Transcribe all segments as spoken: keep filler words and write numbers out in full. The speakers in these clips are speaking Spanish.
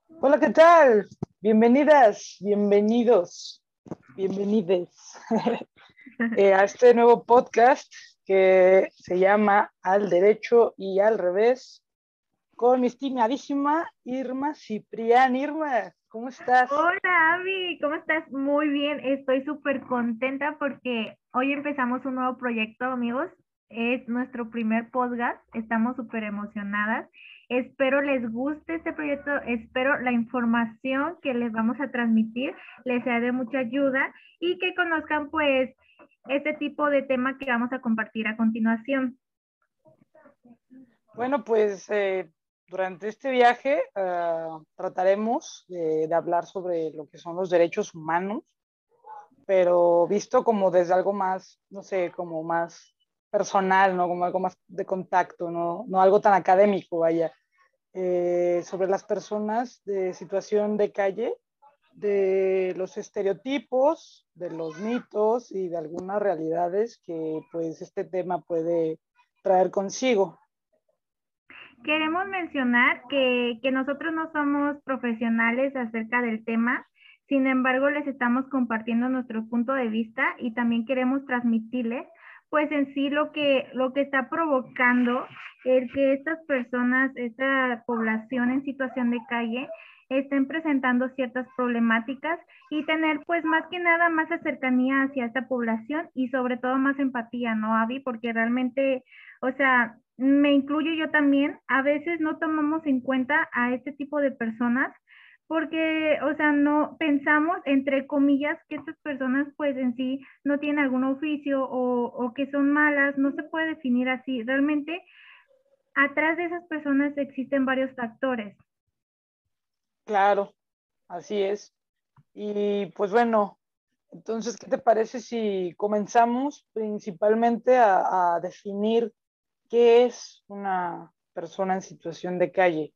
Hola, ¿qué tal? Bienvenidas, bienvenidos, bienvenides eh, a este nuevo podcast que se llama Al Derecho y al Revés con mi estimadísima Irma Ciprián. Irma, ¿cómo estás? Hola, Avi, ¿cómo estás? Muy bien, estoy súper contenta porque hoy empezamos un nuevo proyecto, amigos. Es nuestro primer podcast, estamos súper emocionadas. Espero les guste este proyecto, espero la información que les vamos a transmitir les sea de mucha ayuda y que conozcan pues este tipo de tema que vamos a compartir a continuación. Bueno, pues eh, durante este viaje uh, trataremos de, de hablar sobre lo que son los derechos humanos, pero visto como desde algo más, no sé, como más personal, ¿no? Como algo más de contacto, no, no algo tan académico, vaya, eh, sobre las personas de situación de calle, de los estereotipos, de los mitos y de algunas realidades que pues este tema puede traer consigo. Queremos mencionar que, que nosotros no somos profesionales acerca del tema, sin embargo, les estamos compartiendo nuestro punto de vista y también queremos transmitirles, pues en sí lo que, lo que está provocando el que estas personas, esta población en situación de calle, estén presentando ciertas problemáticas y tener pues más que nada más cercanía hacia esta población y sobre todo más empatía, ¿no, Avi? Porque realmente, o sea, me incluyo yo también, a veces no tomamos en cuenta a este tipo de personas porque, o sea, no pensamos, entre comillas, que estas personas pues en sí no tienen algún oficio o, o que son malas, no se puede definir así. Realmente, atrás de esas personas existen varios factores. Claro, así es. Y pues bueno, entonces, ¿qué te parece si comenzamos principalmente a, a definir qué es una persona en situación de calle?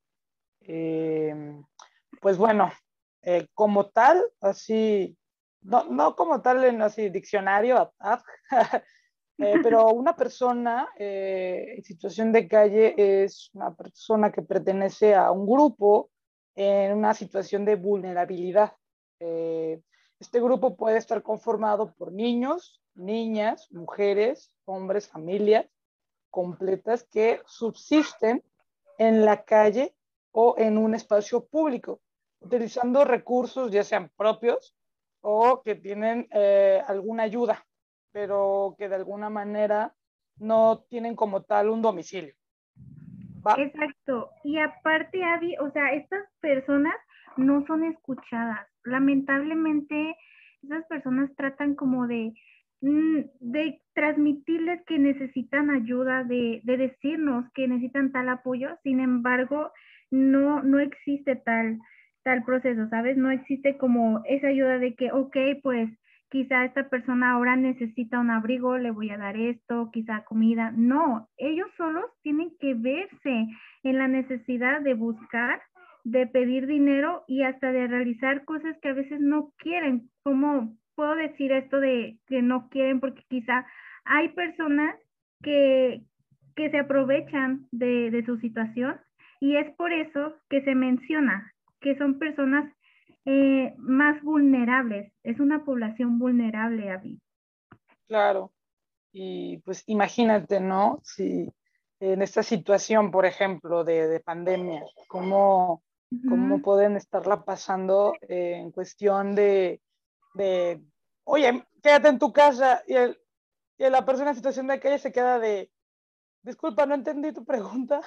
Eh, pues bueno, eh, como tal, así, no, no como tal en así diccionario, ad- eh, pero una persona eh, en situación de calle es una persona que pertenece a un grupo en una situación de vulnerabilidad. Eh, este grupo puede estar conformado por niños, niñas, mujeres, hombres, familias completas que subsisten en la calle o en un espacio público, utilizando recursos ya sean propios o que tienen eh, alguna ayuda, pero que de alguna manera no tienen como tal un domicilio. ¿Va? Exacto. Y aparte, Abby, o sea, estas personas no son escuchadas. Lamentablemente, esas personas tratan como de, mm, de transmitirles que necesitan ayuda, de, de decirnos que necesitan tal apoyo. Sin embargo, no, no existe tal, tal proceso, ¿sabes? No existe como esa ayuda de que, ok, pues quizá esta persona ahora necesita un abrigo, le voy a dar esto, quizá comida. No, ellos solos tienen que verse en la necesidad de buscar, de pedir dinero y hasta de realizar cosas que a veces no quieren. ¿Cómo puedo decir esto de que no quieren? Porque quizá hay personas que, que se aprovechan de, de su situación y es por eso que se menciona que son personas eh, más vulnerables. Es una población vulnerable, Avi. Claro. Y pues imagínate, ¿no? Si en esta situación, por ejemplo, de, de pandemia, ¿cómo, Uh cómo -huh. pueden estarla pasando eh, en cuestión de, de, oye, quédate en tu casa y, el, y la persona en situación de calle se queda de, disculpa, no entendí tu pregunta.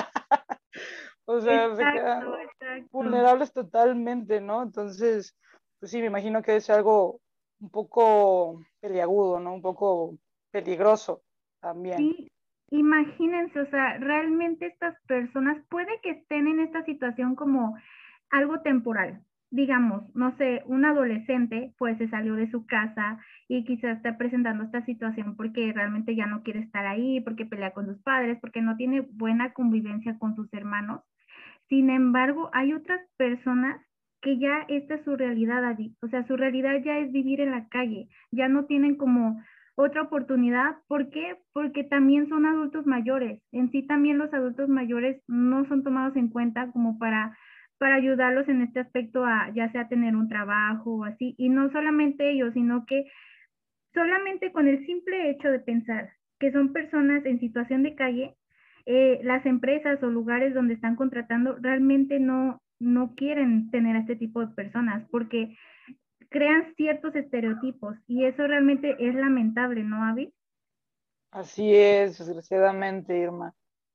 O sea, se quedan Exacto, exacto. vulnerables totalmente, ¿no? Entonces, pues sí, me imagino que es algo un poco peliagudo, ¿no? Un poco peligroso también. Sí, imagínense, o sea, realmente estas personas puede que estén en esta situación como algo temporal. Digamos, no sé, un adolescente pues se salió de su casa y quizás está presentando esta situación porque realmente ya no quiere estar ahí, porque pelea con sus padres, porque no tiene buena convivencia con sus hermanos. Sin embargo, hay otras personas que ya esta es su realidad, Adi. O sea, su realidad ya es vivir en la calle, ya no tienen como otra oportunidad. ¿Por qué? Porque también son adultos mayores. En sí también los adultos mayores no son tomados en cuenta como para para ayudarlos en este aspecto a ya sea tener un trabajo o así. Y no solamente ellos, sino que solamente con el simple hecho de pensar que son personas en situación de calle, eh, las empresas o lugares donde están contratando realmente no, no quieren tener a este tipo de personas porque crean ciertos estereotipos y eso realmente es lamentable, ¿no, Avi? Así es, desgraciadamente, Irma.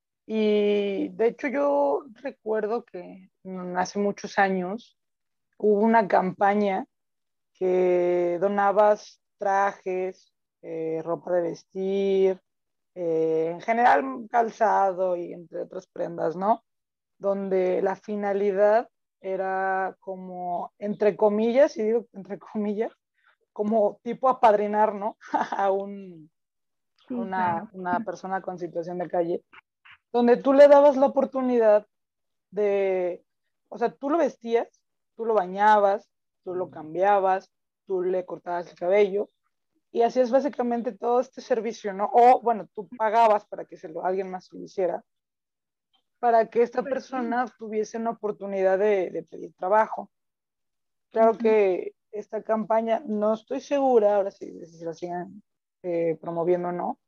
Y de hecho yo recuerdo que mm, hace muchos años hubo una campaña que donabas trajes, eh, ropa de vestir, eh, en general calzado y entre otras prendas, ¿no? Donde la finalidad era como, entre comillas, y digo entre comillas, como tipo apadrinar, ¿no? a, un, a Sí, una, claro. una persona con situación de calle, donde tú le dabas la oportunidad de, o sea, tú lo vestías, tú lo bañabas, tú lo cambiabas, tú le cortabas el cabello y hacías básicamente todo este servicio, ¿no? O bueno, tú pagabas para que se lo, alguien más lo hiciera, para que esta Pues sí. persona tuviese una oportunidad de, de pedir trabajo. Claro Ujú. que esta campaña, no estoy segura, ahora sí, si la siguen eh, promoviendo o no,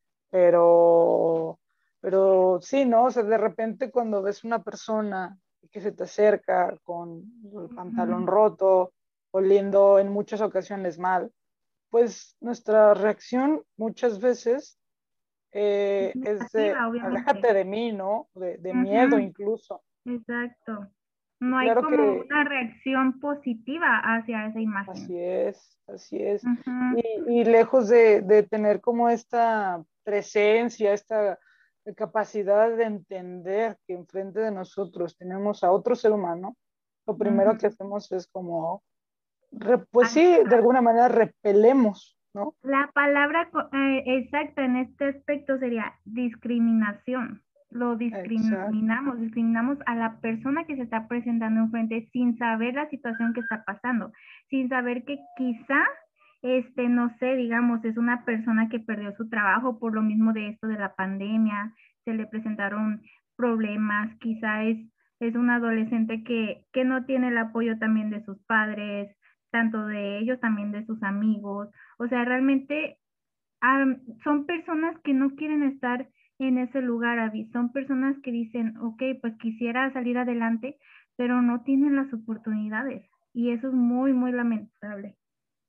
pero, pero sí, ¿no? O sea, de repente cuando ves una persona que se te acerca con el pantalón Ujú. roto, oliendo en muchas ocasiones mal, pues nuestra reacción muchas veces Es eh, es de, negativa, obviamente. aléjate de mí, ¿no? De, de miedo Ujú. incluso. Exacto. Y No hay claro como que una reacción positiva hacia esa imagen. así es, así es. Ujú. Y, y lejos de, de tener como esta presencia, esta capacidad de entender que enfrente de nosotros tenemos a otro ser humano, lo primero que Ujú. hacemos es como, re- pues sí, de Alejar. alguna manera repelemos, ¿no? La palabra co- eh, exacta en este aspecto sería discriminación. Lo Exacto. discriminamos, discriminamos a la persona que se está presentando enfrente sin saber la situación que está pasando, sin saber que quizá, este, no sé, digamos, es una persona que perdió su trabajo por lo mismo de esto de la pandemia, se le presentaron problemas, quizá es, es un adolescente que, que no tiene el apoyo también de sus padres, tanto de ellos, también de sus amigos. O sea, realmente am, son personas que no quieren estar en ese lugar, Abby. Son personas que dicen, ok, pues quisiera salir adelante, pero no tienen las oportunidades. Y eso es muy, muy lamentable.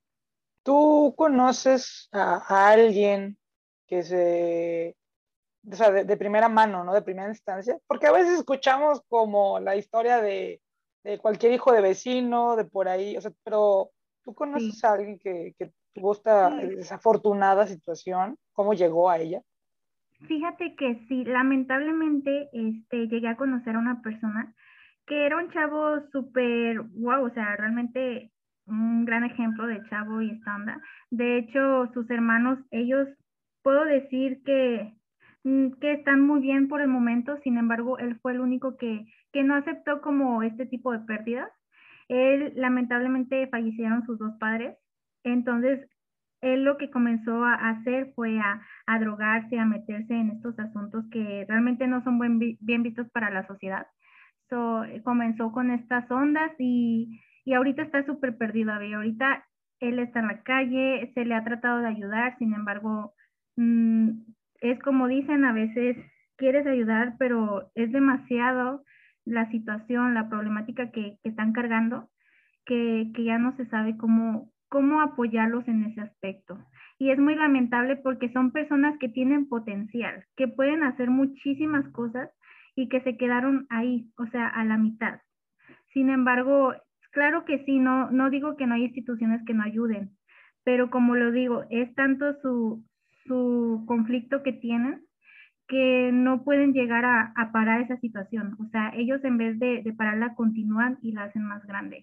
¿Tú conoces a, a alguien que se, o sea, de, de primera mano, ¿no? De primera instancia, porque a veces escuchamos como la historia de, de cualquier hijo de vecino, de por ahí, o sea, pero ¿tú Sí, conoces a alguien que, que tuvo esta sí. desafortunada situación? ¿Cómo llegó a ella? Fíjate que sí, lamentablemente, este, llegué a conocer a una persona que era un chavo súper, wow, o sea, realmente un gran ejemplo de chavo y esta onda. De hecho, sus hermanos, ellos, puedo decir que, mm, que están muy bien por el momento, sin embargo, él fue el único que, que no aceptó como este tipo de pérdidas. Él, lamentablemente, fallecieron sus dos padres, entonces, él lo que comenzó a hacer fue a, a drogarse, a meterse en estos asuntos que realmente no son buen, bien vistos para la sociedad. So, eh, comenzó con estas ondas y, y ahorita está súper perdido. A ver, ahorita él está en la calle, se le ha tratado de ayudar, sin embargo, mmm, es como dicen, a veces quieres ayudar, pero es demasiado la situación, la problemática que, que están cargando, que, que ya no se sabe cómo, cómo apoyarlos en ese aspecto. Y es muy lamentable porque son personas que tienen potencial, que pueden hacer muchísimas cosas y que se quedaron ahí, o sea, a la mitad. Sin embargo, claro que sí, no, no digo que no hay instituciones que no ayuden, pero como lo digo, es tanto su, su conflicto que tienen que no pueden llegar a, a parar esa situación. O sea, ellos en vez de, de pararla continúan y la hacen más grande.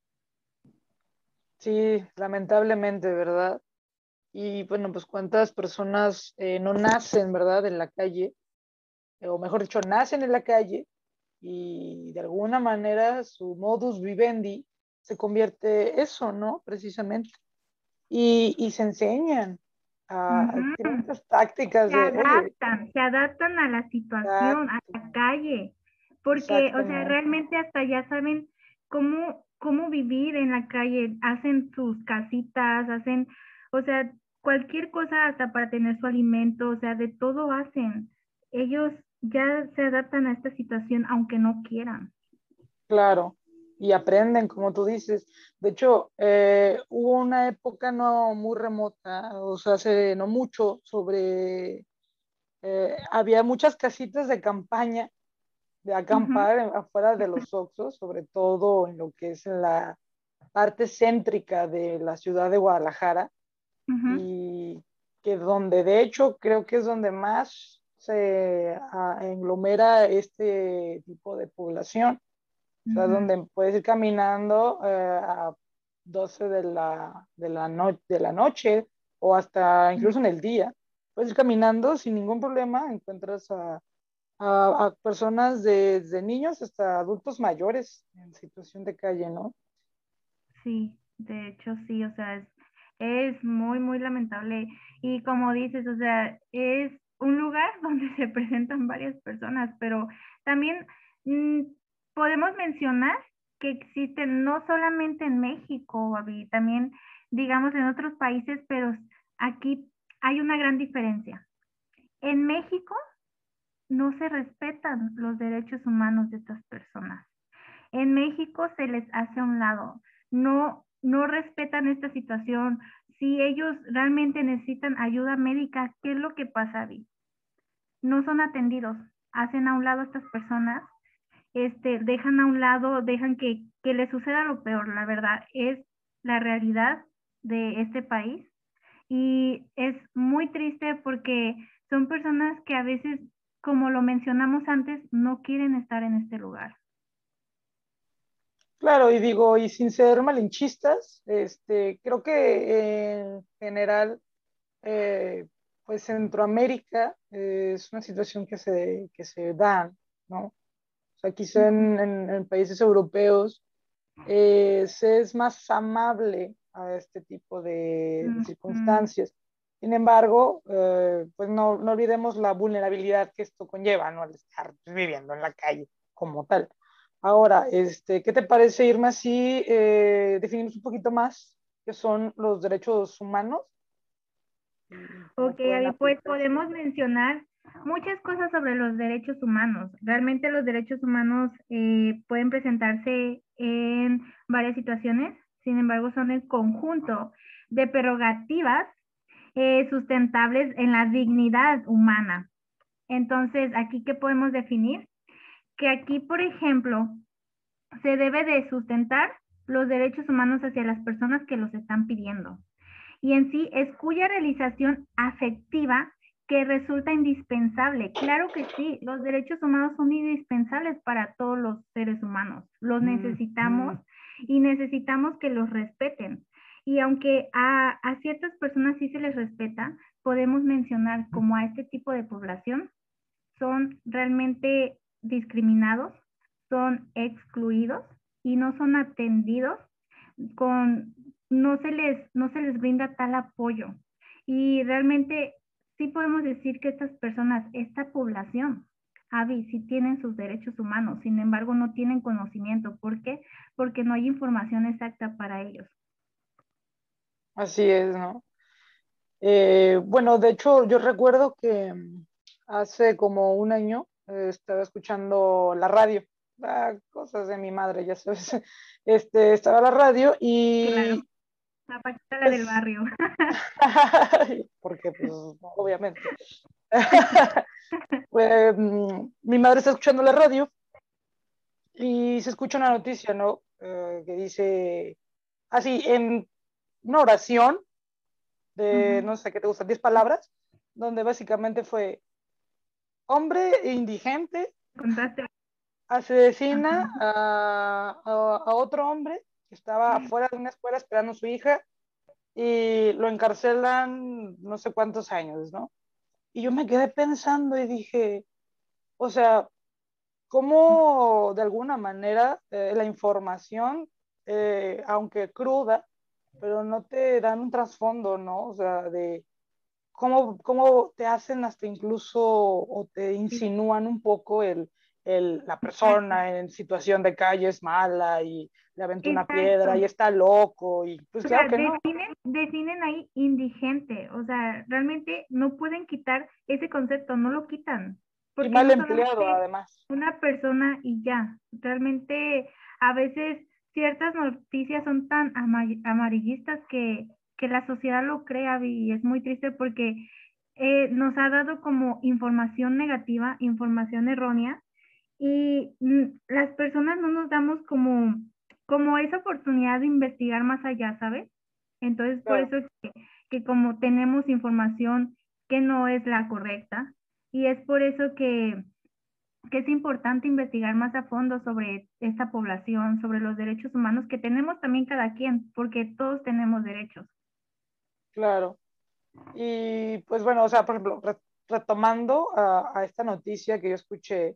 Sí, lamentablemente, ¿verdad? Y bueno, pues cuántas personas eh, no nacen, ¿verdad? En la calle, o mejor dicho, nacen en la calle y de alguna manera su modus vivendi se convierte eso, ¿no? Precisamente. Y, y se enseñan a, Ujú. tienen estas tácticas Se de, oye, adaptan, se adaptan a la situación, a exacto, la calle, porque, o sea, exactamente. realmente hasta ya saben cómo, cómo vivir en la calle, hacen sus casitas, hacen, o sea, cualquier cosa hasta para tener su alimento, o sea, de todo hacen. Ellos ya se adaptan a esta situación aunque no quieran. Claro, y aprenden, como tú dices. De hecho, eh, hubo una época no muy remota, o sea, hace no mucho, sobre, eh, había muchas casitas de campaña, de Ujú, acampar en- afuera de los Oxxos, sobre todo en lo que es en la parte céntrica de la ciudad de Guadalajara, ujú, y que donde de hecho creo que es donde más se ah, englomera este tipo de población, o sea, ujú, donde puedes ir caminando eh, a doce de la, de la, no- de la noche o hasta incluso en el día. Puedes ir caminando sin ningún problema, encuentras a, a, a personas desde niños hasta adultos mayores en situación de calle, ¿no? sí, de hecho sí, o sea, es, es muy, muy lamentable. Y como dices, o sea, es un lugar donde se presentan varias personas, pero también mm, podemos mencionar que existen no solamente en México, Gaby, también digamos en otros países, pero aquí hay una gran diferencia. En México no se respetan los derechos humanos de estas personas. En México se les hace a un lado, no, no respetan esta situación. Si ellos realmente necesitan ayuda médica, ¿qué es lo que pasa, Vi? No son atendidos, hacen a un lado a estas personas, este, dejan a un lado, dejan que, que les suceda lo peor, la verdad, es la realidad de este país y es muy triste porque son personas que a veces, como lo mencionamos antes, no quieren estar en este lugar. Claro, y digo, y sin ser malinchistas, este, creo que en general, eh, pues Centroamérica eh, es una situación que se, que se da, ¿no? O sea, quizá Ujú, en, en- en países europeos eh, se es más amable a este tipo de, de ujú. circunstancias. Sin embargo, eh, pues no, no olvidemos la vulnerabilidad que esto conlleva, ¿no? Al estar viviendo en la calle como tal. Ahora, este, ¿qué te parece, Irma, si eh, definimos un poquito más qué son los derechos humanos y cómo Ok, pueden Abby, pues aplicarse? podemos mencionar muchas cosas sobre los derechos humanos. Realmente los derechos humanos eh, pueden presentarse en varias situaciones, sin embargo, son el conjunto de prerrogativas eh, sustentables en la dignidad humana. Entonces, aquí, ¿qué podemos definir? Que aquí, por ejemplo, se debe de sustentar los derechos humanos hacia las personas que los están pidiendo y en sí es cuya realización afectiva que resulta indispensable. Claro que sí, los derechos humanos son indispensables para todos los seres humanos. Los necesitamos y necesitamos que los respeten. Y aunque a, a ciertas personas sí se les respeta, podemos mencionar como a este tipo de población son realmente discriminados, son excluidos y no son atendidos con, no se les, no se les brinda tal apoyo. Y realmente sí podemos decir que estas personas, esta población, Avi, sí tienen sus derechos humanos, sin embargo no tienen conocimiento. ¿Por qué? Porque no hay información exacta para ellos. Así es, ¿no? Eh, bueno, de hecho, yo recuerdo que mm, hace como un año eh, estaba escuchando la radio, ah, cosas de mi madre, ya sabes. Este, estaba la radio Claro, y la Paquita la del pues, barrio. porque pues obviamente, pues, mm, mi madre está escuchando la radio y se escucha una noticia, ¿no? Eh, que dice, así, en una oración de, Ujú. no sé qué te gusta, diez palabras, donde básicamente fue hombre indigente Contaste. asesina Ajá. a, a, a otro hombre que estaba afuera de una escuela esperando a su hija y lo encarcelan no sé cuántos años, ¿no? Y yo me quedé pensando y dije, o sea, cómo de alguna manera eh, la información, eh, aunque cruda, pero no te dan un trasfondo, ¿no? O sea, de cómo, cómo te hacen hasta incluso o te insinúan un poco el, el, la Exacto. persona en situación de calle es mala y le aventó una piedra y Exacto. está loco y pues O claro sea, que no. definen, definen ahí indigente, o sea, realmente no pueden quitar ese concepto, no lo quitan, Y porque mal no empleado solamente además. una persona y ya, realmente a veces ciertas noticias son tan ama- amarillistas que, que la sociedad lo crea y es muy triste porque eh, nos ha dado como información negativa, información errónea y mm, las personas no nos damos como, como esa oportunidad de investigar más allá, ¿sabes? Entonces, por Claro, eso que, que como tenemos información que no es la correcta, y es por eso que, que es importante investigar más a fondo sobre esta población, sobre los derechos humanos que tenemos también cada quien, porque todos tenemos derechos. claro. Y pues bueno, o sea, por ejemplo, re- retomando a, a esta noticia que yo escuché,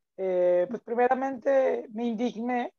eh, pues primeramente me indigné,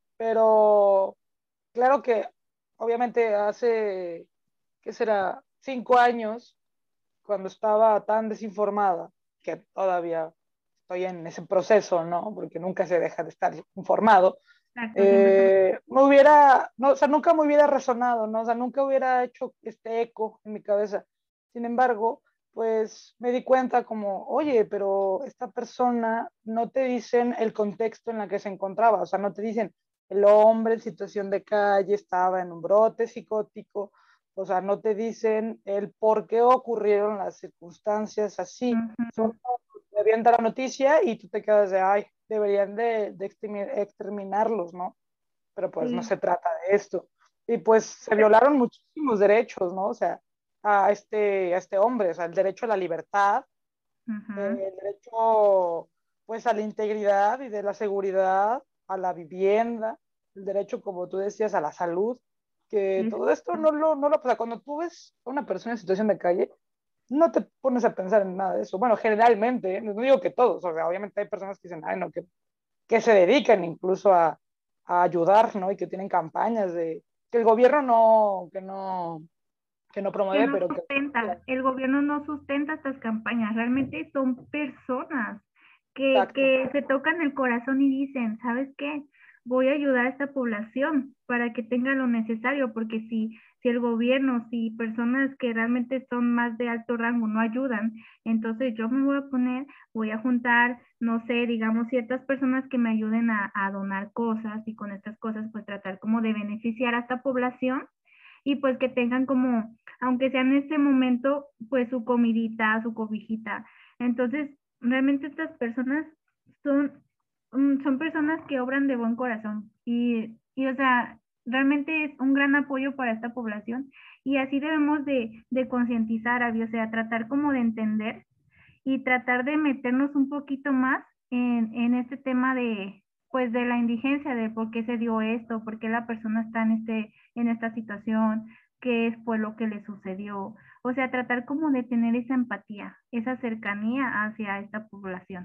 pero claro que obviamente hace, ¿qué será? Cinco años, cuando estaba tan desinformada, que todavía estoy en ese proceso, ¿no? Porque nunca se deja de estar informado, Exacto, siempre estamos. eh, me hubiera, no, o sea, nunca me hubiera resonado, ¿no? O sea, nunca hubiera hecho este eco en mi cabeza. Sin embargo, pues me di cuenta como, oye, pero esta persona no te dicen el contexto en la que se encontraba, o sea, no te dicen el hombre en situación de calle estaba en un brote psicótico, o sea, no te dicen el por qué ocurrieron las circunstancias así, Ujú. solo te avienta la noticia y tú te quedas de, ay, deberían de, de exterminarlos, ¿no? Pero pues no Sí. se trata de esto. Y pues se violaron muchísimos derechos, ¿no? O sea, a este, a este hombre, o sea, el derecho a la libertad, Ujú. eh, el derecho pues a la integridad y de la seguridad, a la vivienda, el derecho, como tú decías, a la salud, que todo esto Exacto. no lo, no lo, o sea, cuando tú ves a una persona en situación de calle, no te pones a pensar en nada de eso. Bueno, generalmente, ¿eh? No digo que todos, o sea, obviamente hay personas que dicen, ay, no, que que se dedican incluso a, a ayudar, ¿no? Y que tienen campañas de que el gobierno no, que no, que no Que promueve, no pero que... sustenta, el gobierno no sustenta estas campañas, realmente son personas que, Exacto, que se tocan el corazón y dicen, ¿sabes qué? Voy a ayudar a esta población para que tenga lo necesario, porque si, si el gobierno, si personas que realmente son más de alto rango no ayudan, entonces yo me voy a poner, voy a juntar, no sé, digamos, ciertas personas que me ayuden a, a donar cosas y con estas cosas pues tratar como de beneficiar a esta población y pues que tengan como, aunque sea en este momento, pues su comidita, su cobijita. Entonces, realmente estas personas son, mm, son personas que obran de buen corazón y, y, o sea, realmente es un gran apoyo para esta población y así debemos de, de concientizar, Abby, o sea, tratar como de entender y tratar de meternos un poquito más en, en este tema de, pues, de la indigencia, de por qué se dio esto, por qué la persona está en, este, en esta situación, qué fue lo que le sucedió. O sea, tratar como de tener esa empatía, esa cercanía hacia esta población.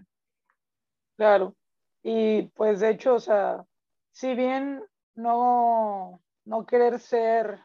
claro. Y pues de hecho, o sea, si bien no, no querer ser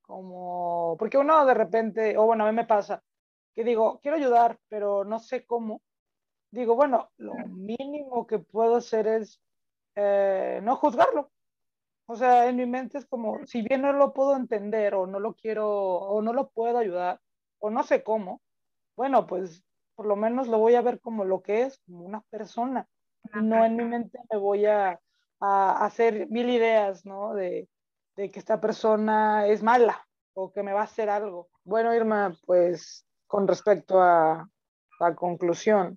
como, porque uno de repente, o bueno, a mí me pasa, que digo, quiero ayudar, pero no sé cómo. Digo, bueno, lo mínimo que puedo hacer es eh, no juzgarlo. O sea, en mi mente es como, si bien no lo puedo entender o no lo quiero o no lo puedo ayudar o no sé cómo, bueno, pues por lo menos lo voy a ver como lo que es, como una persona. Y Una no en mi persona. mente me voy a, a hacer mil ideas, ¿no? De, de que esta persona es mala o que me va a hacer algo. Bueno, Irma, pues con respecto a la conclusión,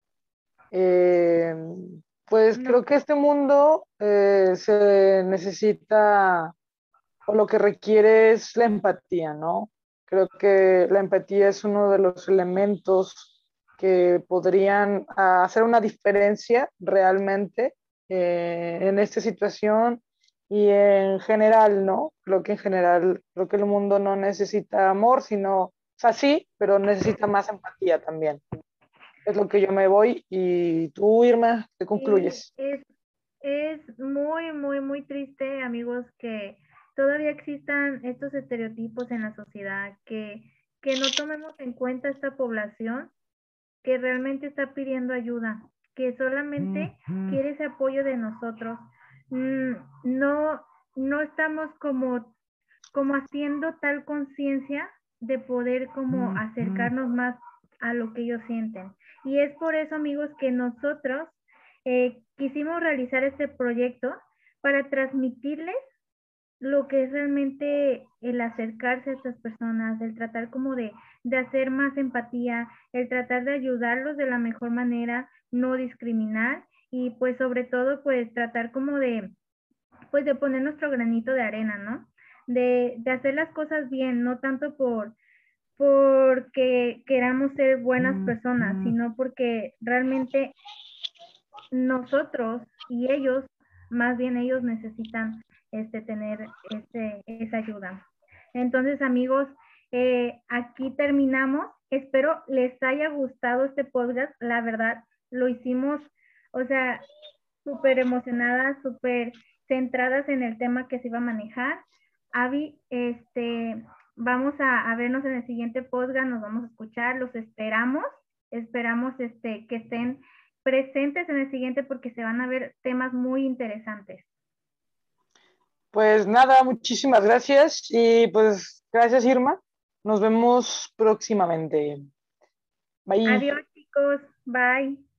eh, pues No, creo que este mundo eh, se necesita o lo que requiere es la empatía, ¿no? Creo que la empatía es uno de los elementos que podrían ah, hacer una diferencia realmente eh, en esta situación y en general, ¿no? Creo que en general, creo que el mundo no necesita amor, sino, o sea, sí, pero necesita más empatía también. Es lo que yo me voy y tú, Irma, ¿qué sí, concluyes? es, es muy, muy, muy triste, amigos, que todavía existan estos estereotipos en la sociedad, que, que no tomemos en cuenta esta población que realmente está pidiendo ayuda. que solamente quiere ese apoyo de nosotros. No, no estamos como, como haciendo tal conciencia de poder como acercarnos más a lo que ellos sienten. Y es por eso, amigos, que nosotros eh, quisimos realizar este proyecto para transmitirles lo que es realmente el acercarse a estas personas, el tratar como de, de hacer más empatía, el tratar de ayudarlos de la mejor manera, no discriminar y pues sobre todo pues tratar como de, pues de poner nuestro granito de arena, ¿no? De, de hacer las cosas bien, no tanto por porque queramos ser buenas personas, sino porque realmente nosotros y ellos, más bien ellos necesitan este, tener este, esa ayuda. Entonces, amigos, eh, aquí terminamos. Espero les haya gustado este podcast. La verdad, lo hicimos, o sea, súper emocionadas, súper centradas en el tema que se iba a manejar. Avi, este, vamos a, a vernos en el siguiente podcast, nos vamos a escuchar, los esperamos, esperamos este, que estén presentes en el siguiente porque se van a ver temas muy interesantes. Pues nada, muchísimas gracias y pues gracias, Irma. Nos vemos próximamente. Bye. Adiós, chicos. Bye.